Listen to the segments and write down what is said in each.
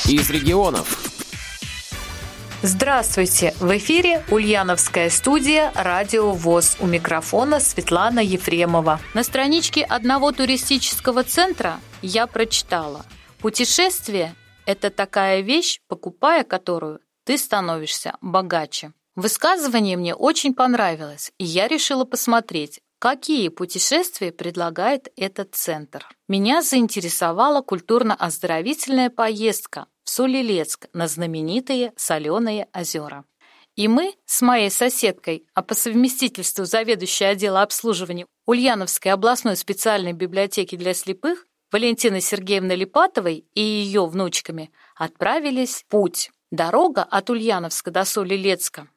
из регионов. Здравствуйте! В эфире Ульяновская студия «Радио ВОС». У микрофона Светлана Ефремова. На страничке одного туристического центра я прочитала: путешествие – это такая вещь, покупая которую ты становишься богаче. Высказывание мне очень понравилось, и я решила посмотреть, какие путешествия предлагает этот центр. Меня заинтересовала культурно-оздоровительная поездка в Соль-Илецк на знаменитые соленые озера. И мы с моей соседкой, а по совместительству заведующей отдела обслуживания Ульяновской областной специальной библиотеки для слепых Валентиной Сергеевной Липатовой и ее внучками отправились в путь. Дорога от Ульяновска до Соль-Илецка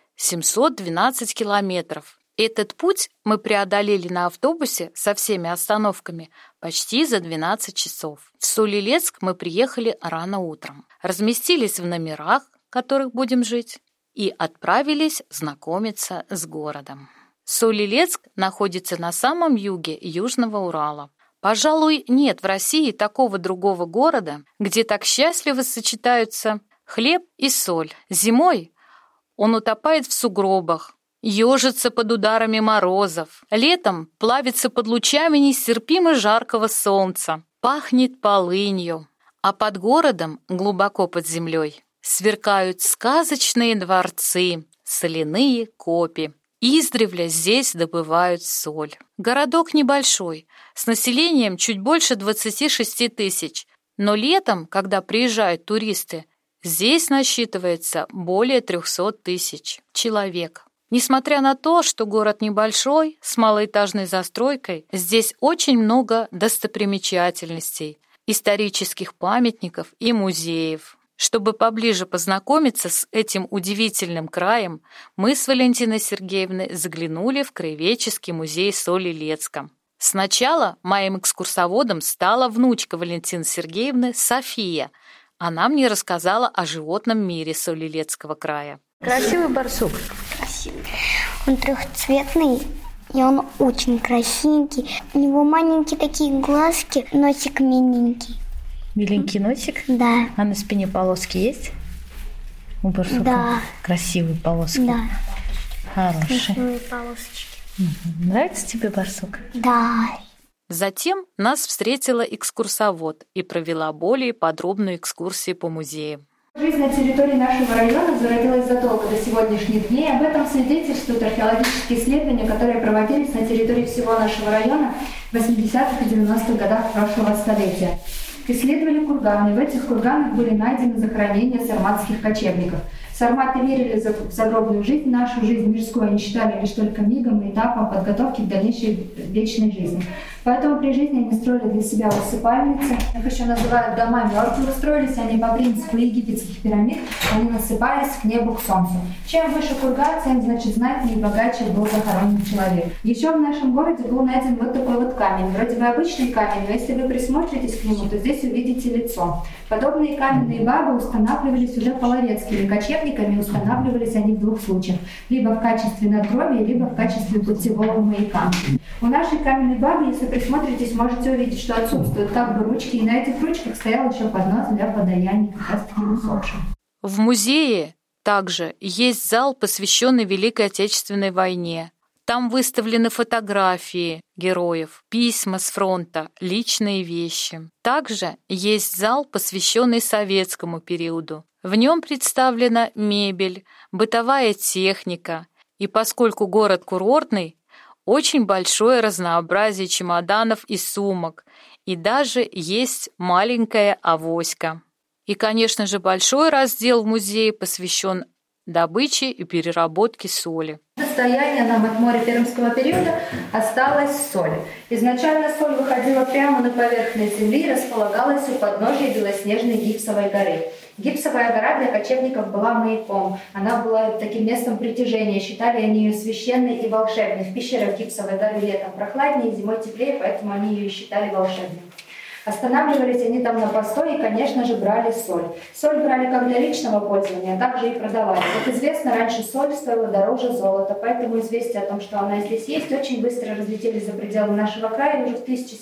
712 километров. Этот путь мы преодолели на автобусе со всеми остановками почти за 12 часов. В Соль-Илецк мы приехали рано утром, разместились в номерах, в которых будем жить, и отправились знакомиться с городом. Соль-Илецк находится на самом юге Южного Урала. Пожалуй, нет в России такого другого города, где так счастливо сочетаются хлеб и соль. Зимой он утопает в сугробах, ежится под ударами морозов, летом плавится под лучами нестерпимо жаркого солнца, пахнет полынью, а под городом, глубоко под землей, сверкают сказочные дворцы, соляные копи. Издревле здесь добывают соль. Городок небольшой, с населением чуть больше 26 тысяч, но летом, когда приезжают туристы, здесь насчитывается более 300 тысяч человек. Несмотря на то, что город небольшой, с малоэтажной застройкой, здесь очень много достопримечательностей, исторических памятников и музеев. Чтобы поближе познакомиться с этим удивительным краем, мы с Валентиной Сергеевной заглянули в Краеведческий музей Соль-Илецка. Сначала моим экскурсоводом стала внучка Валентины Сергеевны София. Она мне рассказала о животном мире Соль-Илецкого края. Красивый барсук? Красивый. Он трехцветный, и он очень красивенький. У него маленькие такие глазки, носик миленький. Миленький носик? Да. А на спине полоски есть? У барсука? Да. Красивые полоски? Да. Хорошие. Красивые полосочки. Нравится тебе барсук? Да. Затем нас встретила экскурсовод и провела более подробную экскурсию по музеям. Жизнь на территории нашего района зародилась задолго до сегодняшних дней. Об этом свидетельствуют археологические исследования, которые проводились на территории всего нашего района в 80-х и 90-х годах прошлого столетия. Исследовали курганы. В этих курганах были найдены захоронения сарматских кочевников. Сарматы верили в загробную жизнь, нашу жизнь мирскую они считали лишь только мигом и этапом подготовки к дальнейшей вечной жизни. Поэтому при жизни они строили для себя усыпальницы. Их еще называют дома мертвых. Строились они по принципу египетских пирамид. Они насыпались к небу, к солнцу. Чем выше курган, тем, значит, знатнее и богаче был захоронен человек. Еще в нашем городе был найден вот такой вот камень. Вроде бы обычный камень, но если вы присмотритесь к нему, то здесь увидите лицо. Подобные каменные бабы устанавливались уже половецкими кочевниками. Устанавливались они в двух случаях. Либо в качестве надгробия, либо в качестве путевого маяка. У нашей каменной бабы, если присмотритесь, можете увидеть, что отсутствуют как бы ручки, и на этих ручках стоял еще поднос для подаяния как раз таки усопшим. В музее также есть зал, посвященный Великой Отечественной войне. Там выставлены фотографии героев, письма с фронта, личные вещи. Также есть зал, посвященный советскому периоду. В нем представлена мебель, бытовая техника. И поскольку город курортный, очень большое разнообразие чемоданов и сумок. И даже есть маленькая авоська. И, конечно же, большой раздел в музее посвящен добыче и переработке соли. Достояние нам от моря пермского периода осталась соль. Изначально соль выходила прямо на поверхность земли и располагалась у подножия белоснежной гипсовой горы. Гипсовая гора для кочевников была маяком. Она была таким местом притяжения. Считали они ее священной и волшебной. В пещерах гипсовой горы летом прохладнее, зимой теплее, поэтому они ее считали волшебной. Останавливались они там на постой и, конечно же, брали соль. Соль брали как для личного пользования, а также и продавали. Как известно, раньше соль стоила дороже золота, поэтому известие о том, что она здесь есть, очень быстро разлетелись за пределы нашего края. И уже в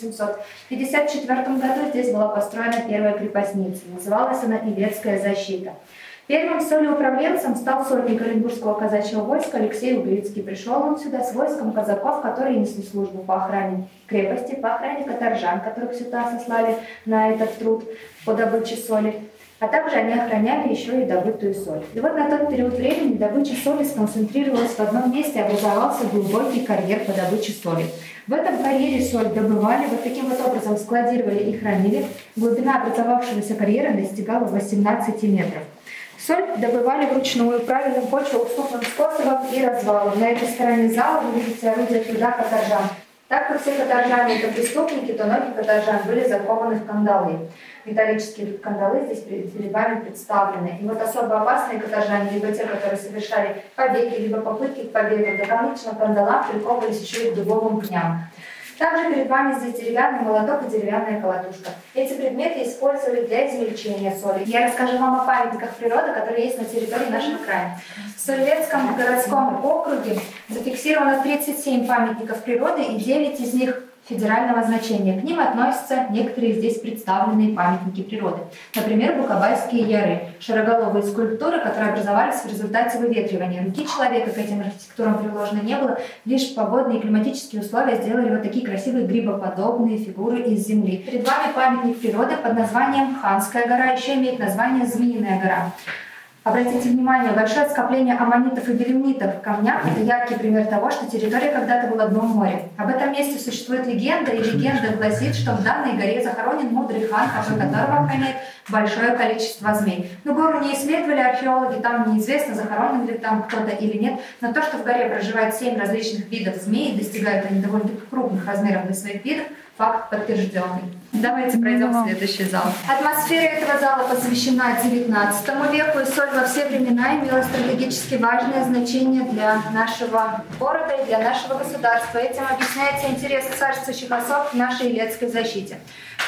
1754 году здесь была построена первая крепостница. Называлась она Илецкая защита. Первым солеуправленцем стал сотник Оренбургского казачьего войска Алексей Угрицкий. Пришел он сюда с войском казаков, которые несли службу по охране крепости, по охране каторжан, которых сюда сослали на этот труд по добыче соли. А также они охраняли еще и добытую соль. И вот на тот период времени добыча соли сконцентрировалась в одном месте, образовался глубокий карьер по добыче соли. В этом карьере соль добывали, вот таким вот образом складировали и хранили. Глубина образовавшегося карьера достигала 18 метров. Соль добывали вручную, правильным почвоуступным способом и развалом. На этой стороне зала вы видите орудие труда каторжан. Так как все каторжане это преступники, то ноги каторжан были закованы в кандалы. Металлические кандалы здесь перед вами представлены. И вот особо опасные каторжане, либо те, которые совершали побеги, либо попытки к побегу, дополнительно к кандалам приковывались еще и к дубовым пням. Также перед вами здесь деревянный молоток и деревянная колотушка. Эти предметы использовали для измельчения соли. Я расскажу вам о памятниках природы, которые есть на территории нашего края. В Солилецком городском округе зафиксировано 37 памятников природы и 9 из них федерального значения. К ним относятся некоторые здесь представленные памятники природы. Например, Букабайские яры, широголовые скульптуры, которые образовались в результате выветривания. Руки человека к этим архитектурам приложено не было, лишь погодные и климатические условия сделали вот такие красивые грибоподобные фигуры из земли. Перед вами памятник природы под названием Ханская гора, еще имеет название Змеиная гора. Обратите внимание, большое скопление аммонитов и белемнитов в камнях – это яркий пример того, что территория когда-то была дном моря. Об этом месте существует легенда, и легенда гласит, что в данной горе захоронен мудрый хан, кожа которого охраняет большое количество змей. Но гору не исследовали археологи, там неизвестно, захоронен ли там кто-то или нет, но то, что в горе проживает 7 различных видов змей, и достигают они довольно-таки крупных размеров для своих видов, факт подтвержденный. Давайте пройдем в следующий зал. Атмосфера этого зала посвящена XIX веку, и соль во все времена имела стратегически важное значение для нашего города и для нашего государства. Этим объясняется интерес царствующих особ к нашей Илецкой защите. В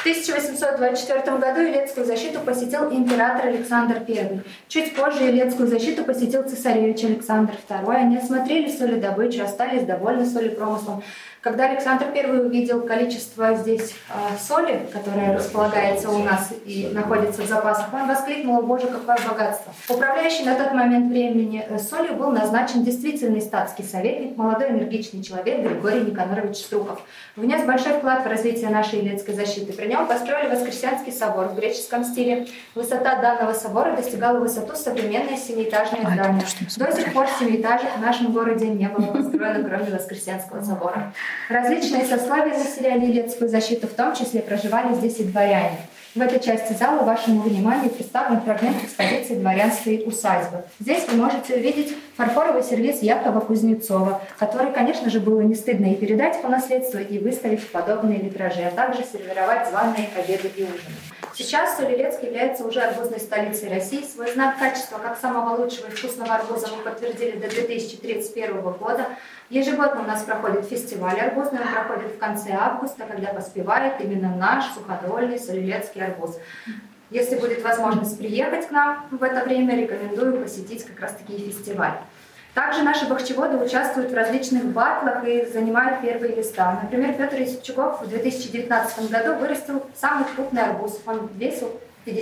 1824 году Илецкую защиту посетил император Александр I. Чуть позже Илецкую защиту посетил цесаревич Александр II. Они осмотрели соледобычу, остались довольны солепромыслом. Когда Александр I увидел количество здесь соли, которая располагается у нас и находится в запасах, он воскликнул: «Боже, какое богатство!». Управляющий на тот момент времени солью был назначен действительный статский советник, молодой энергичный человек Григорий Никонорович Струков. Внес большой вклад в развитие нашей Илецкой защиты. При нем построили Воскресенский собор в греческом стиле. Высота данного собора достигала высоту современное семиэтажное здание. До сих пор семиэтажек в нашем городе не было построено, кроме Воскресенского собора. Различные сословия населяли Илецкую защиту, в том числе проживали здесь и дворяне. В этой части зала вашему вниманию представлен фрагмент экспозиции дворянской усадьбы. Здесь вы можете увидеть фарфоровый сервиз Якова Кузнецова, который, конечно же, было не стыдно и передать по наследству, и выставить подобные витражи, а также сервировать званые обеды и ужины. Сейчас Соль-Илецк является уже арбузной столицей России. Свой знак качества как самого лучшего и вкусного арбуза мы подтвердили до 2031 года. Ежегодно у нас проходит фестиваль арбузный, он проходит в конце августа, когда поспевает именно наш суходольный Соль-Илецкий арбуз. Если будет возможность приехать к нам в это время, рекомендую посетить как раз-таки фестиваль. Также наши бахчеводы участвуют в различных батлах и занимают первые места. Например, Петр Исупчуков в 2019 году вырастил самый крупный арбуз. Он весил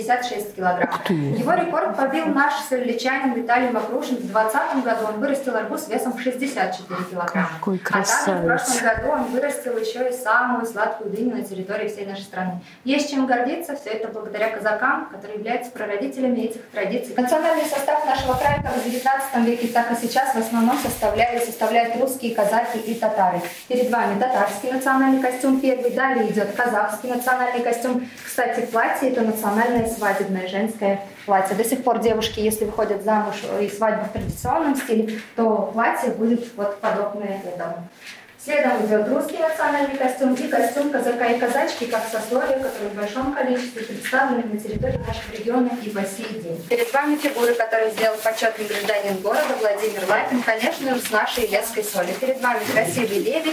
56 килограмм. Его рекорд побил наш солилечанин Виталий Макрушин. В 2020 году он вырастил арбуз весом в 64 килограмма. Какой красавец. А также в прошлом году он вырастил еще и самую сладкую дыню на территории всей нашей страны. Есть чем гордиться, все это благодаря казакам, которые являются прародителями этих традиций. Национальный состав нашего края как в 19 веке, так и сейчас в основном составляют русские, казаки и татары. Перед вами татарский национальный костюм первый, далее идет казахский национальный костюм. Кстати, платье — это национальное свадебное женское платье. До сих пор девушки, если выходят замуж и свадьба в традиционном стиле, то платье будет вот подобное этому. Следом идет русский национальный костюм и костюм казака и казачки, как сословия, которые в большом количестве представлены на территории нашего региона и по сей день. Перед вами фигуры, которые сделал почетный гражданин города Владимир Лапин, конечно, с нашей Илецкой соли. Перед вами красивый лебедь,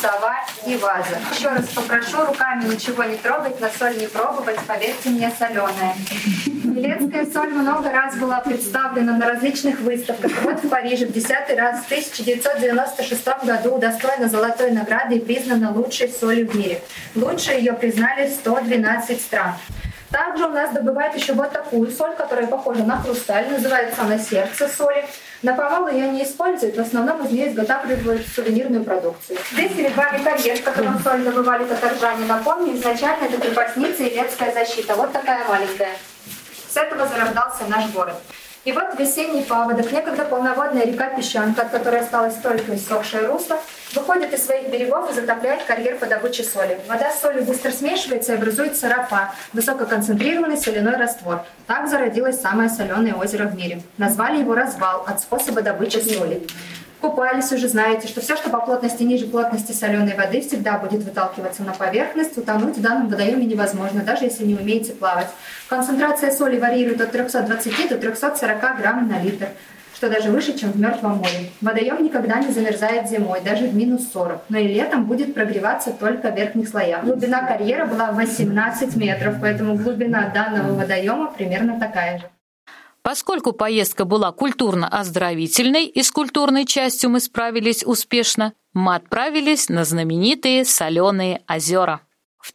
сова и ваза. Еще раз попрошу руками ничего не трогать, на соль не пробовать, поверьте мне, соленая. Елецкая соль много раз была представлена на различных выставках. Вот в Париже в 10-й раз в 1996 году удостоена золотой награды и признана лучшей солью в мире. Лучше ее признали 112 стран. Также у нас добывают еще вот такую соль, которая похожа на хрусталь, называется она сердце соли. На помол ее не используют, в основном из нее изготавливают сувенирную продукцию. Здесь перед вами карьер, в котором соль добывали каторжане. Напомню, изначально это крепостница и Елецкая защита. Вот такая маленькая. С этого зарождался наш город. И вот весенний паводок, некогда полноводная река Песчанка, от которой осталось только иссохшее русло, выходит из своих берегов и затопляет карьер по добыче соли. Вода с солью быстро смешивается и образуется ропа, высококонцентрированный соляной раствор. Так зародилось самое соленое озеро в мире. Назвали его «Развал» от способа добычи соли. Купались, уже знаете, что все, что по плотности ниже плотности соленой воды, всегда будет выталкиваться на поверхность. Утонуть в данном водоеме невозможно, даже если не умеете плавать. Концентрация соли варьирует от 320 до 340 грамм на литр, что даже выше, чем в Мертвом море. Водоем никогда не замерзает зимой, даже в минус 40, но и летом будет прогреваться только в верхних слоях. Глубина карьера была 18 метров, поэтому глубина данного водоема примерно такая же. Поскольку поездка была культурно-оздоровительной и с культурной частью мы справились успешно, мы отправились на знаменитые соленые озера. В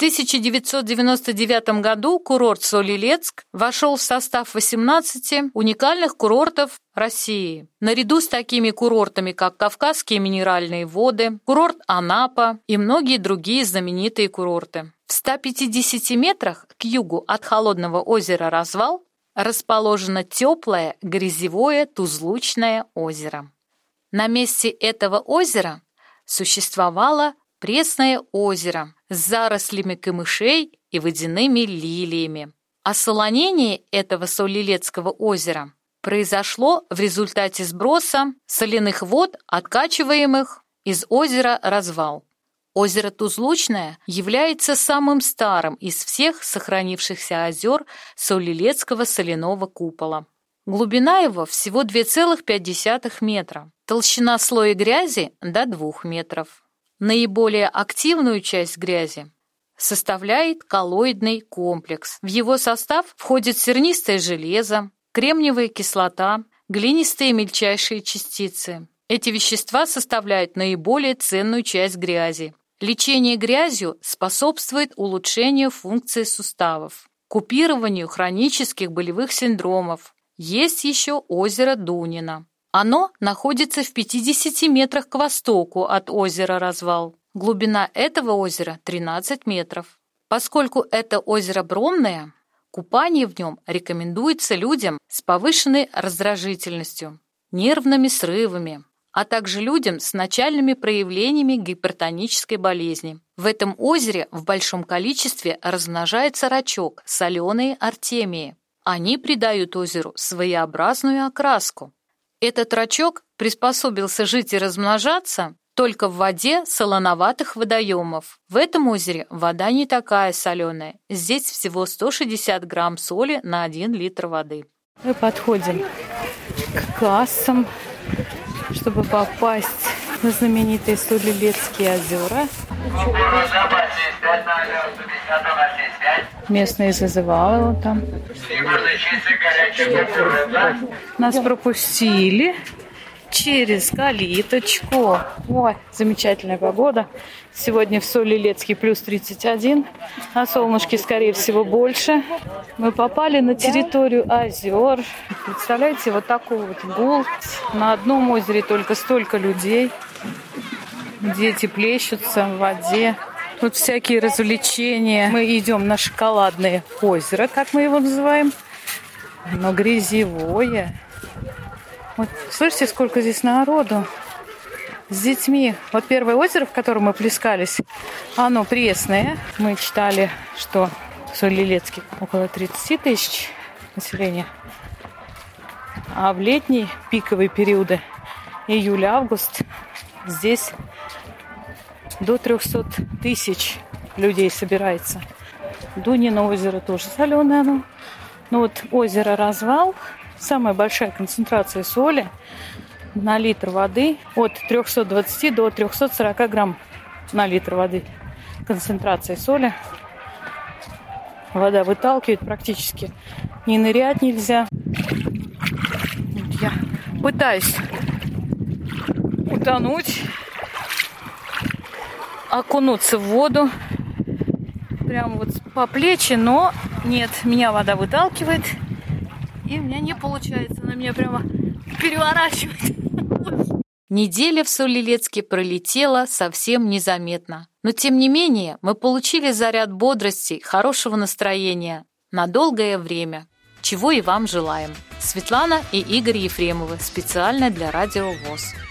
1999 году курорт Соль-Илецк вошел в состав 18 уникальных курортов России. Наряду с такими курортами, как Кавказские минеральные воды, курорт Анапа и многие другие знаменитые курорты. В 150 метрах к югу от холодного озера Развал расположено теплое грязевое Тузлучное озеро. На месте этого озера существовало пресное озеро с зарослями камышей и водяными лилиями. Осолонение этого Соль-Илецкого озера произошло в результате сброса соляных вод, откачиваемых из озера Развал. Озеро Тузлучное является самым старым из всех сохранившихся озер Соль-Илецкого соляного купола. Глубина его всего 2,5 метра, толщина слоя грязи до 2 метров. Наиболее активную часть грязи составляет коллоидный комплекс. В его состав входит сернистое железо, кремниевая кислота, глинистые мельчайшие частицы. Эти вещества составляют наиболее ценную часть грязи. Лечение грязью способствует улучшению функции суставов, купированию хронических болевых синдромов. Есть еще озеро Дунино. Оно находится в 50 метрах к востоку от озера Развал. Глубина этого озера 13 метров. Поскольку это озеро бромное, купание в нем рекомендуется людям с повышенной раздражительностью, нервными срывами, а также людям с начальными проявлениями гипертонической болезни. В этом озере в большом количестве размножается рачок, соленые артемии. Они придают озеру своеобразную окраску. Этот рачок приспособился жить и размножаться только в воде солоноватых водоемов. В этом озере вода не такая соленая. Здесь всего 160 грамм соли на 1 литр воды. Мы подходим к кассам, чтобы попасть на знаменитые Соль-Илецкие озера. Местные зазывалы вот там. Нас пропустили через калиточку. Ой, замечательная погода. Сегодня в Соль-Илецке плюс 31, а солнышки, скорее всего, больше. Мы попали на территорию озер. Представляете, вот такой вот гул. На одном озере только столько людей. Дети плещутся в воде. Тут всякие развлечения. Мы идем на шоколадное озеро, как мы его называем. Но грязевое. Вот слышите, сколько здесь народу? С детьми. Вот первое озеро, в котором мы плескались, оно пресное. Мы читали, что в Соль-Илецке около 30 тысяч населения. А в летние пиковые периоды, июль-август, здесь до 300 тысяч людей собирается. Дунино озеро тоже соленое оно. Но вот озеро Развал, самая большая концентрация соли на литр воды от 320 до 340 грамм. на литр воды концентрация соли. Вода выталкивает практически. Не нырять нельзя. Вот я пытаюсь утонуть, окунуться в воду. Прямо вот по плечи, но нет, меня вода выталкивает. И у меня не получается. Она меня прямо переворачивает. Неделя в Соль-Илецке пролетела совсем незаметно. Но тем не менее мы получили заряд бодрости, хорошего настроения на долгое время. Чего и вам желаем. Светлана и Игорь Ефремовы. Специально для Радио ВОС.